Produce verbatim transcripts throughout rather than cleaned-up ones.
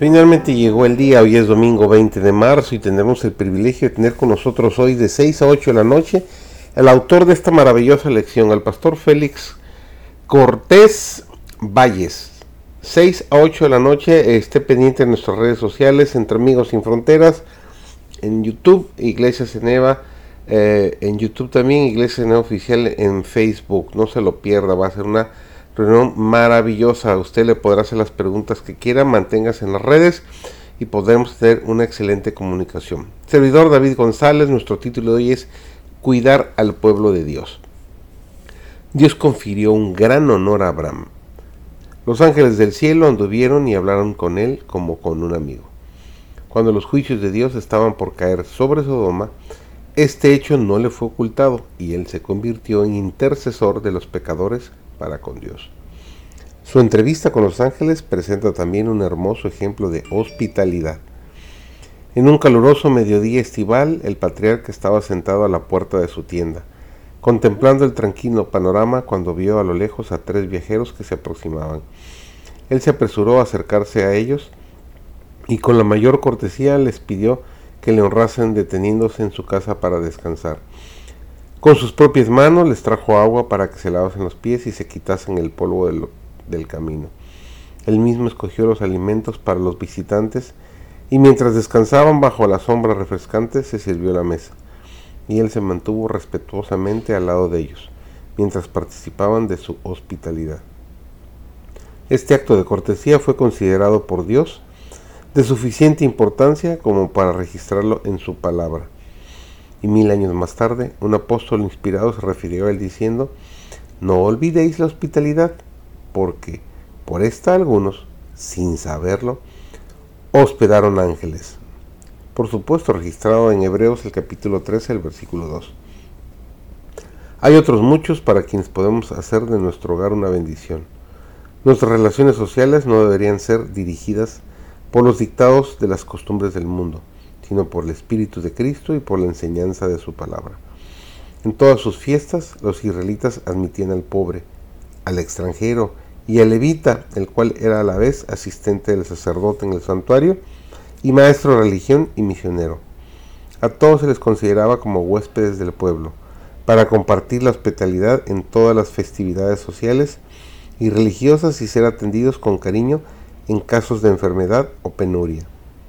Finalmente llegó el día, hoy es domingo veinte de marzo y tendremos el privilegio de tener con nosotros hoy de seis a ocho de la noche el autor de esta maravillosa lección, el pastor Félix Cortés Valles. seis a ocho de la noche, esté pendiente en nuestras redes sociales, Entre Amigos Sin Fronteras, en YouTube, Iglesia Ceneva, eh, en YouTube también, Iglesia Ceneva Oficial en Facebook, no se lo pierda, va a ser una reunión maravillosa. Usted le podrá hacer las preguntas que quiera, manténgase en las redes y podremos tener una excelente comunicación. Servidor David González, nuestro título de hoy es Cuidar al pueblo de Dios. Dios confirió un gran honor a Abraham. Los ángeles del cielo anduvieron y hablaron con él como con un amigo. Cuando los juicios de Dios estaban por caer sobre Sodoma, este hecho no le fue ocultado y él se convirtió en intercesor de los pecadores para con Dios. Su entrevista con los ángeles presenta también un hermoso ejemplo de hospitalidad. En un caluroso mediodía estival, el patriarca estaba sentado a la puerta de su tienda, contemplando el tranquilo panorama cuando vio a lo lejos a tres viajeros que se aproximaban. Él se apresuró a acercarse a ellos y con la mayor cortesía les pidió que le honrasen deteniéndose en su casa para descansar. Con sus propias manos les trajo agua para que se lavasen los pies y se quitasen el polvo del, del camino. Él mismo escogió los alimentos para los visitantes y mientras descansaban bajo la sombra refrescante se sirvió la mesa. Y él se mantuvo respetuosamente al lado de ellos, mientras participaban de su hospitalidad. Este acto de cortesía fue considerado por Dios de suficiente importancia como para registrarlo en su palabra. Y mil años más tarde, un apóstol inspirado se refirió a él diciendo: no olvidéis la hospitalidad, porque por esta algunos, sin saberlo, hospedaron ángeles. Por supuesto, registrado en Hebreos el capítulo trece, el versículo dos. Hay otros muchos para quienes podemos hacer de nuestro hogar una bendición. Nuestras relaciones sociales no deberían ser dirigidas por los dictados de las costumbres del mundo, sino por el Espíritu de Cristo y por la enseñanza de su palabra. En todas sus fiestas, los israelitas admitían al pobre, al extranjero y al levita, el cual era a la vez asistente del sacerdote en el santuario y maestro de religión y misionero. A todos se les consideraba como huéspedes del pueblo, para compartir la hospitalidad en todas las festividades sociales y religiosas y ser atendidos con cariño en casos de enfermedad o penuria.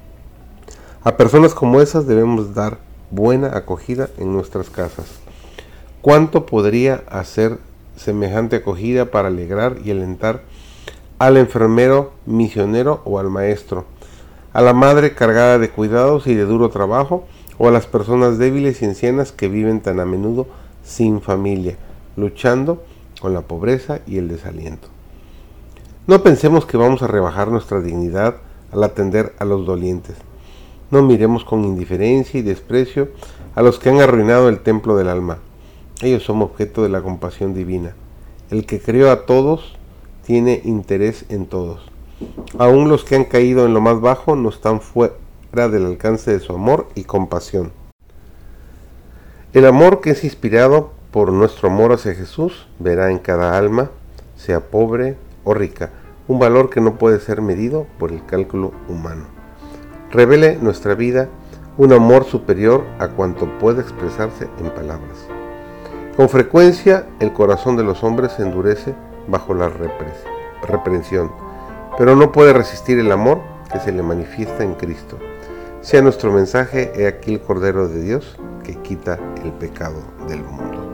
A personas como esas debemos dar buena acogida en nuestras casas. ¿Cuánto podría hacer semejante acogida para alegrar y alentar al enfermero misionero o al maestro, a la madre cargada de cuidados y de duro trabajo, o a las personas débiles y ancianas que viven tan a menudo sin familia, luchando con la pobreza y el desaliento? No pensemos que vamos a rebajar nuestra dignidad al atender a los dolientes. No miremos con indiferencia y desprecio a los que han arruinado el templo del alma. Ellos son objeto de la compasión divina. El que creó a todos tiene interés en todos. Aún los que han caído en lo más bajo no están fuera del alcance de su amor y compasión. El amor que es inspirado por nuestro amor hacia Jesús verá en cada alma, sea pobre o rica, un valor que no puede ser medido por el cálculo humano. Revele nuestra vida un amor superior a cuanto puede expresarse en palabras. Con frecuencia el corazón de los hombres se endurece bajo la repres- reprensión, pero no puede resistir el amor que se le manifiesta en Cristo. Sea nuestro mensaje: he aquí el Cordero de Dios que quita el pecado del mundo.